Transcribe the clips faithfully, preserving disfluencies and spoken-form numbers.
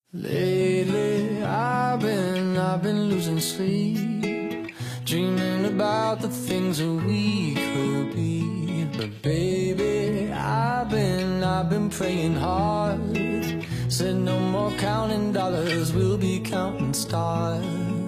Lately, I've been, I've been losing sleep, dreaming about the things that we could be. But baby, I've been, I've been praying hard. Said no more counting dollars, we'll be counting stars.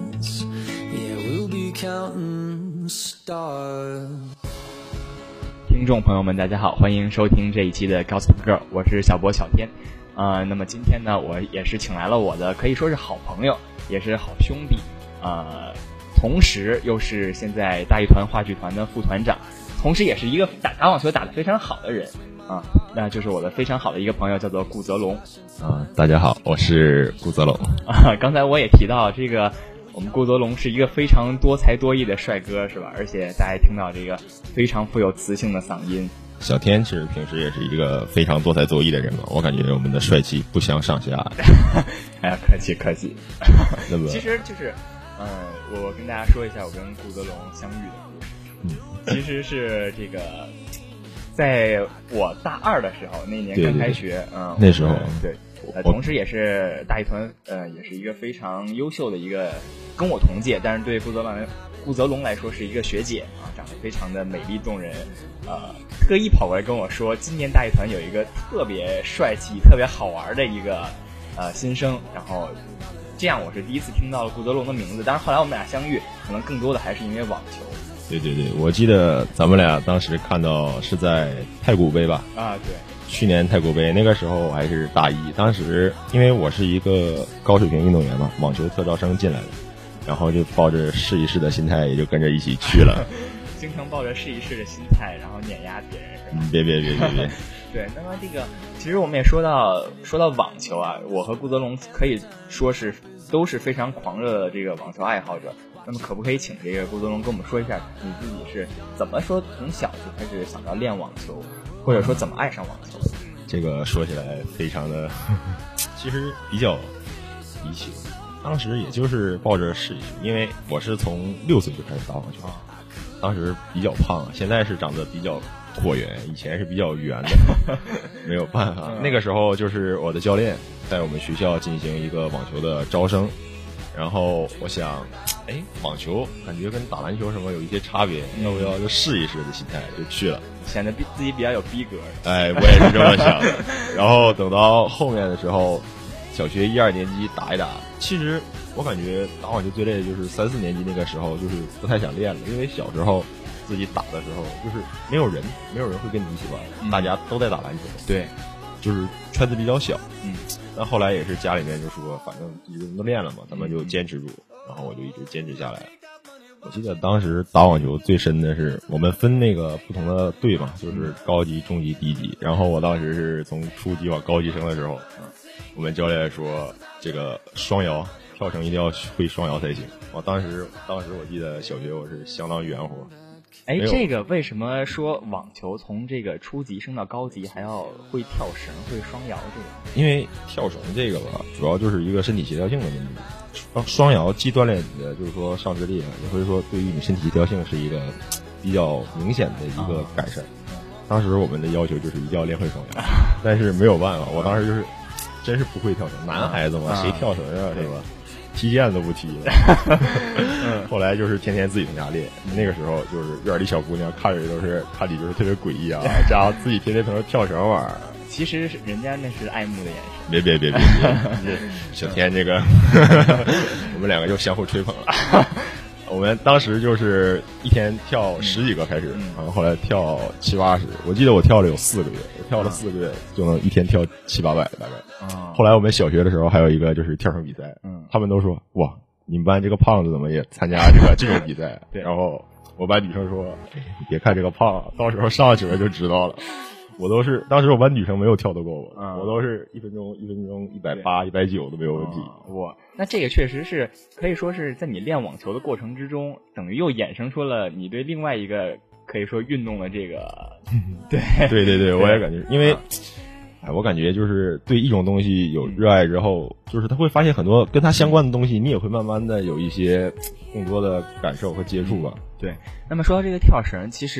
Yeah, we'll be counting stars. 听众朋友们，大家好，欢迎收听这一期的 Gossip Girl， 我是小博小天。呃，那么今天呢，我也是请来了我的可以说是好朋友，也是好兄弟，呃，同时又是现在大艺团话剧团的副团长，同时也是一个打打网球打得非常好的人啊，那就是我的非常好的一个朋友，叫做顾泽龙。 啊，大家好，我是顾泽龙。 啊，刚才我也提到这个。我们顾泽龙是一个非常多才多艺的帅哥，是吧？而且大家听到这个非常富有磁性的嗓音。 小天其实平时也是一个非常多才多艺的人嘛，我感觉我们的帅气不相上下。 哎呀，客气客气。 那么其实就是，嗯、呃，我跟大家说一下我跟顾泽龙相遇的故事。嗯，其实是这个，在我大二的时候，那年刚开学，嗯， 那时候对。呃，同时也是大艺团，呃，也是一个非常优秀的一个，跟我同届，但是对顾泽龙顾泽龙来说是一个学姐啊，长得非常的美丽动人，呃，特意跑过来跟我说，今年大艺团有一个特别帅气、特别好玩的一个呃新生，然后这样我是第一次听到了顾泽龙的名字，但是后来我们俩相遇，可能更多的还是因为网球。 对对对，我记得咱们俩当时看到是在太古杯吧？ 啊，对。 去年太古杯那个时候我还是大一，当时因为我是一个高水平运动员嘛，网球特招生进来的，然后就抱着试一试的心态，也就跟着一起去了。 经常抱着试一试的心态，然后碾压别人，是吧？ 嗯，别别别别别。 对，那么这个其实我们也说到说到网球啊，我和顾泽龙可以说是都是非常狂热的这个网球爱好者。那么可不可以请这个顾泽龙跟我们说一下，你自己是怎么说从小就开始想到练网球？或者说怎么爱上网球？ 这个说起来非常的，其实比较离奇。当时也就是抱着试一试，因为我是从六岁就开始打网球，当时比较胖，现在是长得比较椭圆，以前是比较圆的，没有办法。那个时候就是我的教练在我们学校进行一个网球的招生，然后我想，哎，网球感觉跟打篮球什么有一些差别，要不要就试一试的心态就去了。 显得自己比较有逼格。 哎，我也是这么想的。然后等到后面的时候，小学一二年级打一打，其实我感觉打网球最累的就是三四年级那个时候，就是不太想练了，因为小时候自己打的时候就是没有人，没有人会跟你一起玩，嗯、大家都在打篮球， 对， 就是圈子比较小。 嗯， 但后来也是家里面就说，反正一个人都练了嘛，咱们就坚持住，然后我就一直坚持下来。我记得当时打网球最深的是我们分那个不同的队嘛，就是高级、中级、低级。然后我当时是从初级往高级升的时候，我们教练说这个双摇跳绳一定要会双摇才行。我当时当时我记得小学我是相当圆乎。 哎，这个为什么说网球从这个初级升到高级还要会跳绳、会双摇这个？ 因为跳绳这个吧，主要就是一个身体协调性的问题。双摇既锻炼你的就是说上肢力，也会说对于你身体协调性是一个比较明显的一个改善。当时我们的要求就是一定要练会双摇，但是没有办法，我当时就是真是不会跳绳，男孩子嘛，谁跳绳啊，是吧？踢毽都不踢了。后来就是天天自己在家练，那个时候就是院里小姑娘看着都是看你就是特别诡异啊，这样自己天天从那跳绳玩。 其实是人家那是爱慕的眼神。 别别别别别，小天这个，我们两个就相互吹捧了。我们当时就是一天跳十几个开始，然后后来跳七八十。我记得我跳了有四个月，我跳了四个月就能一天跳七八百大概。后来我们小学的时候还有一个就是跳绳比赛，他们都说哇，你们班这个胖子怎么也参加这个这种比赛？然后我班女生说，别看这个胖，到时候上去了就知道了。我都是当时我班女生没有跳得过我，嗯、我都是一分钟一分钟一百八一百九都没有问题。 哇、嗯，那这个确实是可以说是在你练网球的过程之中，等于又衍生出了你对另外一个可以说运动的这个，对对对对，我也感觉，因为，哎，我感觉就是对一种东西有热爱之后，就是他会发现很多跟他相关的东西，你也会慢慢的有一些更多的感受和接触吧。 对，那么说到这个跳绳，其实。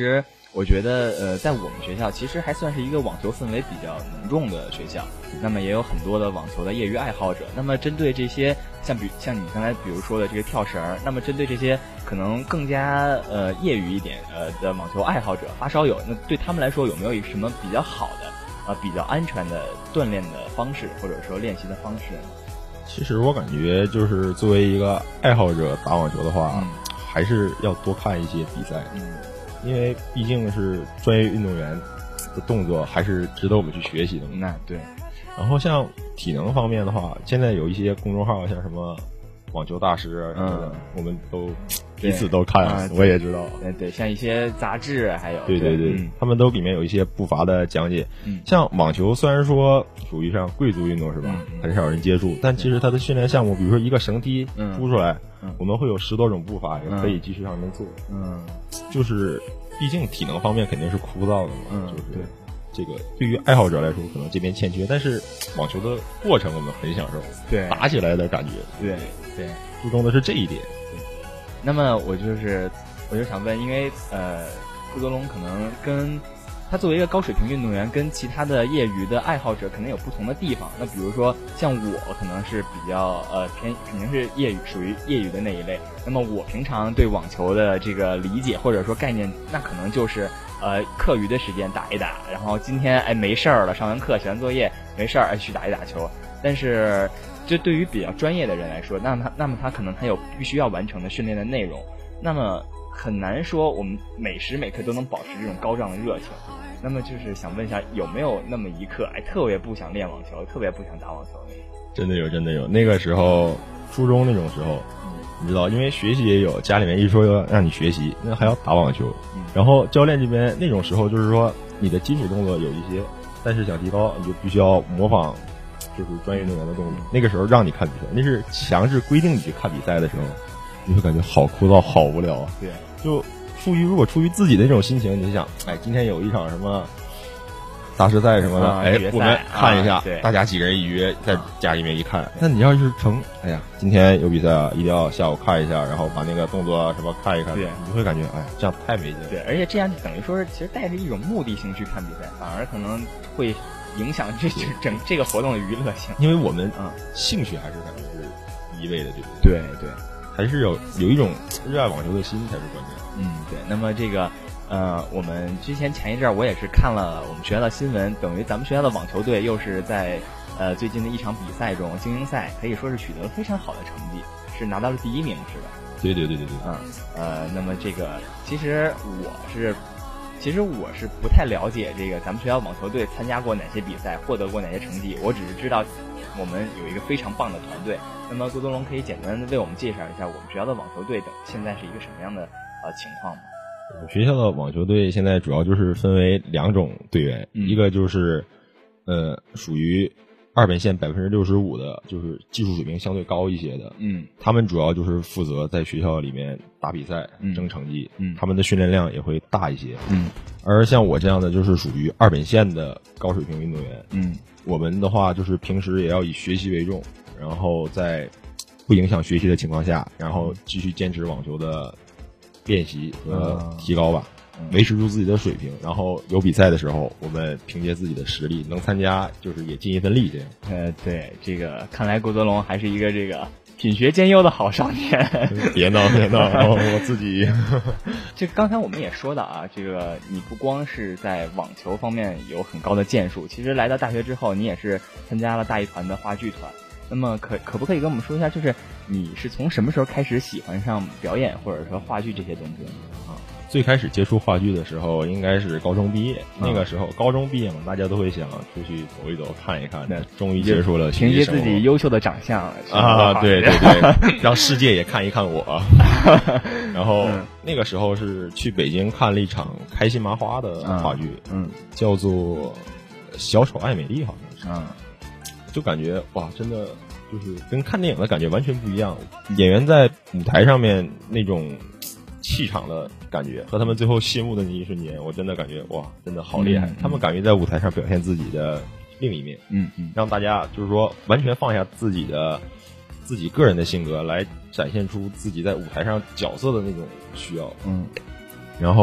我觉得呃，在我们学校其实还算是一个网球氛围比较浓重的学校，那么也有很多的网球的业余爱好者。那么针对这些像比像你刚才比如说的这个跳绳，那么针对这些可能更加呃业余一点呃的网球爱好者发烧友，那对他们来说有没有一个什么比较好的呃比较安全的锻炼的方式或者说练习的方式呢？ 其实我感觉就是作为一个爱好者打网球的话，嗯、还是要多看一些比赛。嗯，因为毕竟是专业运动员的动作，还是值得我们去学习的嘛。 那对。 然后像体能方面的话，现在有一些公众号，像什么网球大师啊什么的，嗯、我们都彼此都看，啊、我也知道。 对对，像一些杂志还有。 对对对，嗯、他们都里面有一些步伐的讲解。嗯，像网球虽然说属于像贵族运动是吧，嗯、很少人接触，但其实它的训练项目，比如说一个绳梯凸出来。嗯，我们会有十多种步伐，也可以继续上面做。嗯，就是毕竟体能方面肯定是枯燥的嘛。嗯，就是对这个对于爱好者来说可能这边欠缺，但是网球的过程我们很享受。 对， 打起来的感觉。 对对， 注重的是这一点。 对，那么我就是我就想问，因为呃，顾泽龙可能跟。他作为一个高水平运动员，跟其他的业余的爱好者可能有不同的地方。那比如说，像我可能是比较呃偏，肯定是业余，属于业余的那一类。那么我平常对网球的这个理解或者说概念，那可能就是呃课余的时间打一打，然后今天哎没事儿了，上完课写完作业没事儿哎去打一打球。但是，就对于比较专业的人来说，那么他那么他可能他有必须要完成的训练的内容，那么很难说我们每时每刻都能保持这种高涨的热情。那么就是想问一下，有没有那么一刻，哎，特别不想练网球，特别不想打网球那种？ 真的有，真的有。那个时候，初中那种时候，嗯、你知道，因为学习也有，家里面一说要让你学习，那还要打网球。嗯、然后教练这边那种时候，就是说你的基础动作有一些，但是想提高，你就必须要模仿，就是专业运动员的动作。嗯、那个时候让你看比赛，那是强制规定你去看比赛的时候，你会感觉好枯燥、好无聊啊。 对， 就。出于如果出于自己的这种心情，你想，哎，今天有一场什么大师赛什么的，啊、哎，我们看一下， 啊、 大家几个人一约，在家里面一看。那、啊、你要是成，哎呀，今天有比赛啊，一定要下午看一下，然后把那个动作什么看一看， 对， 你就会感觉，哎，这样太没劲了。 对，而且这样等于说是，其实带着一种目的性去看比赛，反而可能会影响这整这个活动的娱乐性。 因为我们啊，兴趣还是感觉是一味的，对不对？对对。 还是有有一种热爱网球的心才是关键。 嗯，对。那么这个，呃，我们之前前一阵儿我也是看了我们学校的新闻，等于咱们学校的网球队又是在呃最近的一场比赛中，精英赛可以说是取得了非常好的成绩，是拿到了第一名，是吧？ 对对对对对。 嗯，呃，那么这个其实我是。其实我是不太了解这个咱们学校网球队参加过哪些比赛，获得过哪些成绩。我只是知道我们有一个非常棒的团队。那么顾东龙可以简单的为我们介绍一下我们学校的网球队等现在是一个什么样的呃情况吗？ 我们学校的网球队现在主要就是分为两种队员，嗯、一个就是呃属于二本线百分之六十五的，就是技术水平相对高一些的，嗯，他们主要就是负责在学校里面打比赛、嗯、争成绩，嗯，他们的训练量也会大一些，嗯，而像我这样的就是属于二本线的高水平运动员，嗯，我们的话就是平时也要以学习为重，然后在不影响学习的情况下，然后继续坚持网球的练习和提高吧。维持住自己的水平，然后有比赛的时候，我们凭借自己的实力能参加，就是也尽一份力这样。 呃，对，这个看来顾泽龙还是一个这个品学兼优的好少年。 别闹别闹，我自己。 这刚才我们也说到啊，这个你不光是在网球方面有很高的建树，其实来到大学之后，你也是参加了大一团的话剧团。那么可可不可以跟我们说一下，就是你是从什么时候开始喜欢上表演或者说话剧这些东西啊？ 最开始接触话剧的时候，应该是高中毕业。嗯、那个时候，高中毕业嘛，大家都会想出去走一走、看一看。那终于结束了凭借自己优秀的长相啊，对对对，让世界也看一看我。然后、嗯、那个时候是去北京看了一场开心麻花的话剧，嗯，嗯叫做《小丑爱美丽》，好像是。嗯，就感觉哇，真的就是跟看电影的感觉完全不一样。演员在舞台上面那种气场的感觉和他们最后谢幕的那一瞬间，我真的感觉哇，真的好厉害！嗯、他们敢于在舞台上表现自己的另一面，嗯嗯，让大家就是说完全放下自己的自己个人的性格，来展现出自己在舞台上角色的那种需要，嗯。然后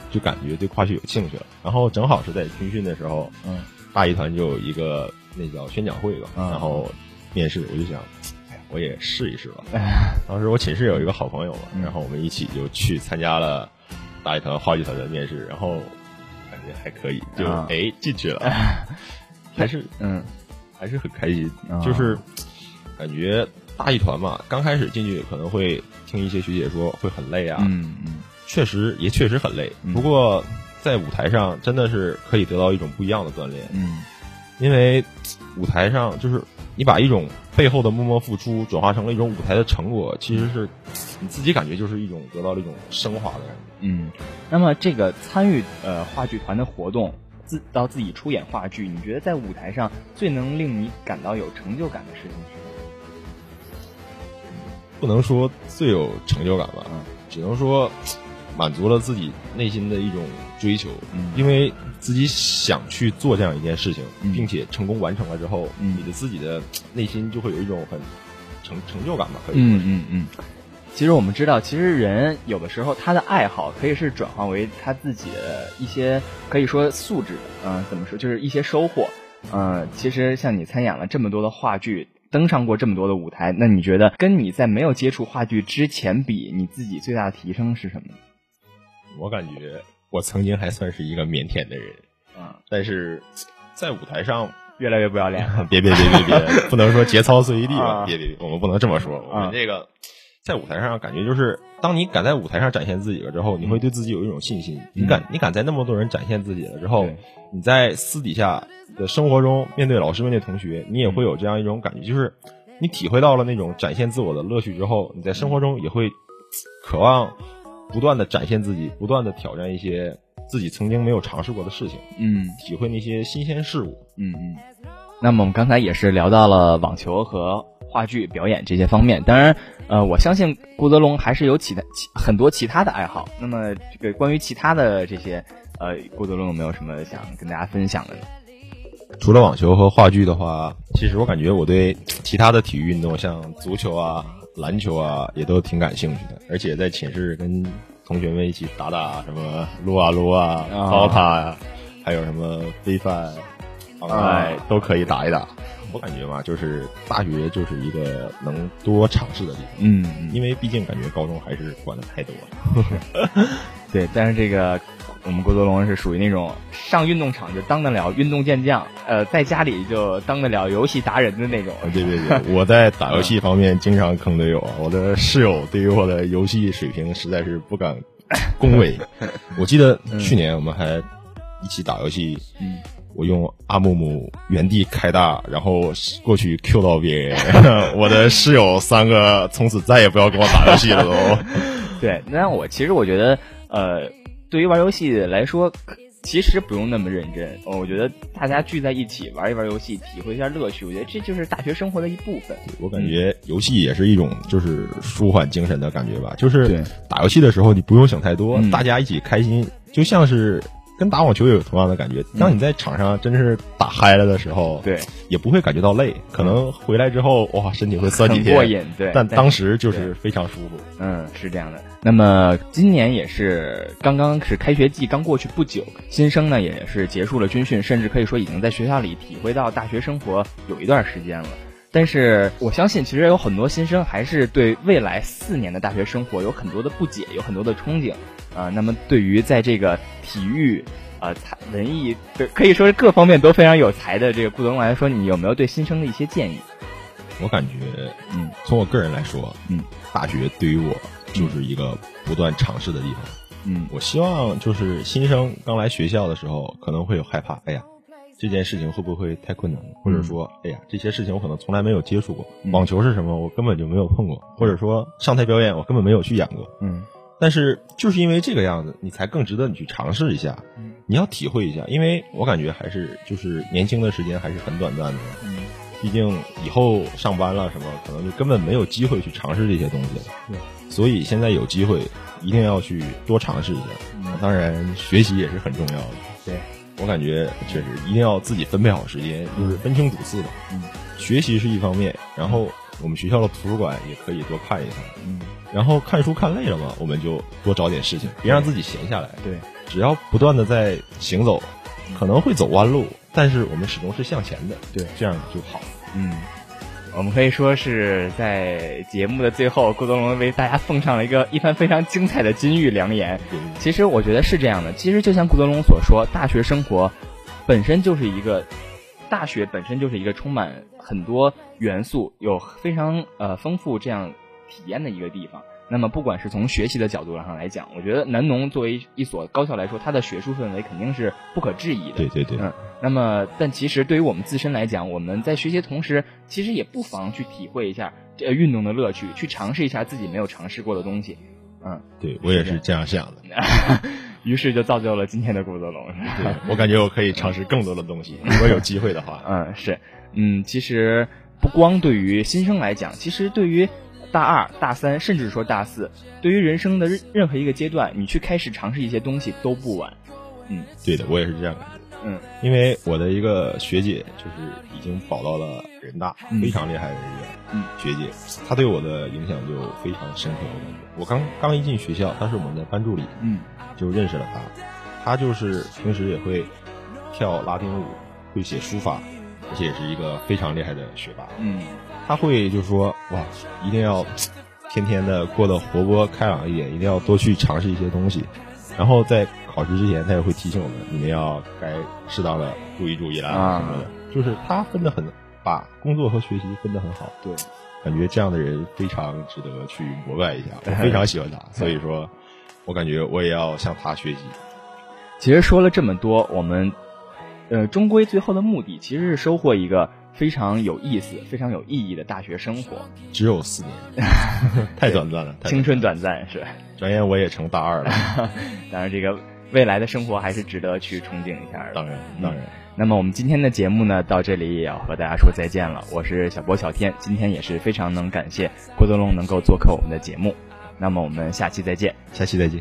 就感觉对话剧有兴趣了。然后正好是在军训的时候， 嗯， 大一团就有一个那叫宣讲会吧，嗯、然后面试，我就想，哎呀，我也试一试吧。当时我寝室有一个好朋友嘛， 嗯、 然后我们一起就去参加了大一团话剧团的面试，然后感觉还可以，就、嗯、哎进去了，还是嗯还是很开心，嗯、就是感觉大一团嘛，刚开始进去可能会听一些学姐说会很累啊， 嗯嗯， 确实也确实很累，嗯、不过在舞台上真的是可以得到一种不一样的锻炼， 嗯， 因为舞台上就是你把一种背后的默默付出转化成了一种舞台的成果，其实是你自己感觉就是一种得到了一种升华的感觉。 嗯，那么这个参与呃话剧团的活动，自到自己出演话剧，你觉得在舞台上最能令你感到有成就感的事情是什么？ 不能说最有成就感吧，嗯，只能说满足了自己内心的一种追求，嗯，因为自己想去做这样一件事情，嗯、并且成功完成了之后，嗯、你的自己的内心就会有一种很成成就感吧，可以说是。 嗯嗯嗯。其实我们知道，其实人有的时候他的爱好可以是转化为他自己的一些可以说素质，嗯、呃，怎么说，就是一些收获。呃，其实像你参演了这么多的话剧，登上过这么多的舞台，那你觉得跟你在没有接触话剧之前比，你自己最大的提升是什么？ 我感觉我曾经还算是一个腼腆的人， 嗯， 但是在舞台上越来越不要脸。 别别别别别，不能说节操随地吧，别别别，我们不能这么说。我们这个在舞台上感觉就是，当你敢在舞台上展现自己了之后，你会对自己有一种信心。你敢你敢在那么多人展现自己了之后，你在私底下的生活中面对老师面对同学，你也会有这样一种感觉，就是你体会到了那种展现自我的乐趣之后，你在生活中也会渴望不断的展现自己，不断的挑战一些自己曾经没有尝试过的事情，嗯，体会那些新鲜事物， 嗯嗯。那么我们刚才也是聊到了网球和话剧表演这些方面，当然，呃，我相信顾泽龙还是有其他其很多其他的爱好。那么这个关于其他的这些，呃，顾泽龙有没有什么想跟大家分享的呢？ 除了网球和话剧的话，其实我感觉我对其他的体育运动，像足球啊、篮球啊，也都挺感兴趣的。而且在寝室跟同学们一起打打什么撸啊撸啊、刀塔呀，还有什么飞饭、昂赖都可以打一打。我感觉嘛，就是大学就是一个能多尝试的地方。 嗯， 因为毕竟感觉高中还是管的太多了。 对，但是这个我们郭德龙是属于那种上运动场就当得了运动健将，呃，在家里就当得了游戏达人的那种。 对对对，我在打游戏方面经常坑队友啊，我的室友对于我的游戏水平实在是不敢恭维。我记得去年我们还一起打游戏，嗯。我用阿木木原地开大，然后过去 Q 到别人，我的室友三个从此再也不要跟我打游戏了都。 对，那我其实我觉得，呃，对于玩游戏来说，其实不用那么认真。我觉得大家聚在一起玩一玩游戏，体会一下乐趣，我觉得这就是大学生活的一部分。 我感觉游戏也是一种就是舒缓精神的感觉吧，就是打游戏的时候你不用想太多，嗯、大家一起开心，就像是。跟打网球也有同样的感觉，当你在场上真是打嗨了的时候， 对， 也不会感觉到累，可能回来之后哇，身体会酸几天， 很过瘾，对。 但当时就是非常舒服， 嗯，是这样的。那么今年也是刚刚是开学季刚过去不久，新生呢也是结束了军训，甚至可以说已经在学校里体会到大学生活有一段时间了。但是我相信，其实有很多新生还是对未来四年的大学生活有很多的不解，有很多的憧憬啊、呃。那么，对于在这个体育、呃、才文艺，可以说是各方面都非常有才的这个顾德龙来说，你有没有对新生的一些建议？ 我感觉，嗯，从我个人来说，嗯，大学对于我就是一个不断尝试的地方。嗯，我希望就是新生刚来学校的时候，可能会有害怕，哎呀。这件事情会不会太困难了？或者说，哎呀，这些事情我可能从来没有接触过。网球是什么？我根本就没有碰过。或者说，上台表演我根本没有去演过。嗯，但是就是因为这个样子，你才更值得你去尝试一下。嗯，你要体会一下，因为我感觉还是就是年轻的时间还是很短暂的。嗯，毕竟以后上班了什么，可能就根本没有机会去尝试这些东西了。嗯，所以现在有机会一定要去多尝试一下。嗯，当然学习也是很重要的。 对。 我感觉确实一定要自己分配好时间，就是分清主次的。嗯，学习是一方面，然后我们学校的图书馆也可以多看一看。嗯，然后看书看累了嘛，我们就多找点事情，别让自己闲下来。 对， 只要不断的在行走，可能会走弯路，但是我们始终是向前的， 对， 这样就好。 嗯，我们可以说是在节目的最后，顾德龙为大家奉上了一个一番非常精彩的金玉良言。其实我觉得是这样的，其实就像顾德龙所说，大学生活本身就是一个大学本身就是一个充满很多元素，有非常呃丰富这样体验的一个地方。那么不管是从学习的角度上来讲，我觉得南农作为一所高校来说，它的学术氛围肯定是不可置疑的。 对对对。 嗯，那么但其实对于我们自身来讲，我们在学习的同时，其实也不妨去体会一下这运动的乐趣，去尝试一下自己没有尝试过的东西。嗯， 对，我也是这样想的。 于是就造就了今天的顾德龙。 对，我感觉我可以尝试更多的东西，如果有机会的话。 嗯，是，嗯，其实不光对于新生来讲，其实对于大二、大三，甚至说大四，对于人生的任何一个阶段，你去开始尝试一些东西都不晚。嗯， 对的，我也是这样感觉。 嗯， 因为我的一个学姐就是已经保到了人大， 嗯、 非常厉害的一个学姐，她对我的影响就非常深刻。我感觉我刚刚一进学校，当时我们在班助理， 嗯，就认识了她。她就是平时也会跳拉丁舞，会写书法，而且也是一个非常厉害的学霸。 嗯， 她会就说哇，一定要天天的过得活泼开朗一点，一定要多去尝试一些东西。然后在考试之前，他也会提醒我们，你们要该适当的注意注意啦什么的。啊、就是他分得很，把工作和学习分得很好。 对， 感觉这样的人非常值得去膜拜一下，我非常喜欢他。所以说，我感觉我也要向他学习。 其实说了这么多，我们呃终归最后的目的其实是收获一个非常有意思、非常有意义的大学生活。 只有四年，太短暂了， 青春短暂是。 转眼我也成大二了。 当然，这个未来的生活还是值得去憧憬一下的。 当然，当然。 嗯、那么我们今天的节目呢，到这里也要和大家说再见了。我是小波小天，今天也是非常能感谢郭德龙能够做客我们的节目。那么我们下期再见， 下期再见。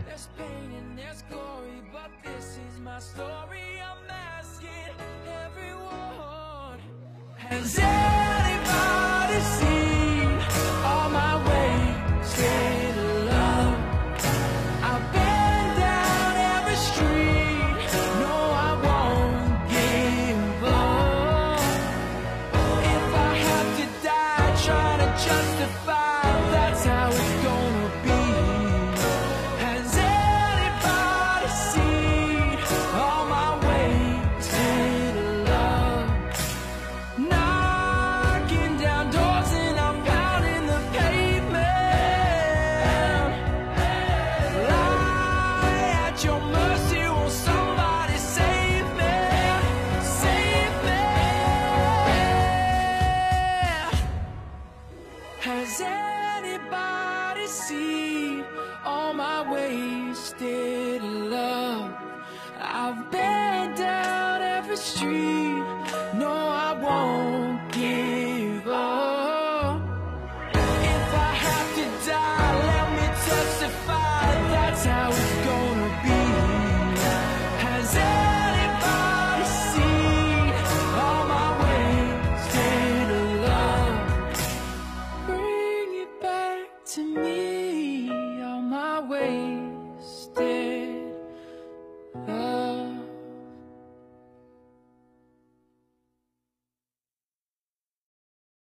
Has anybody seen all my wasted love? I've been down every street.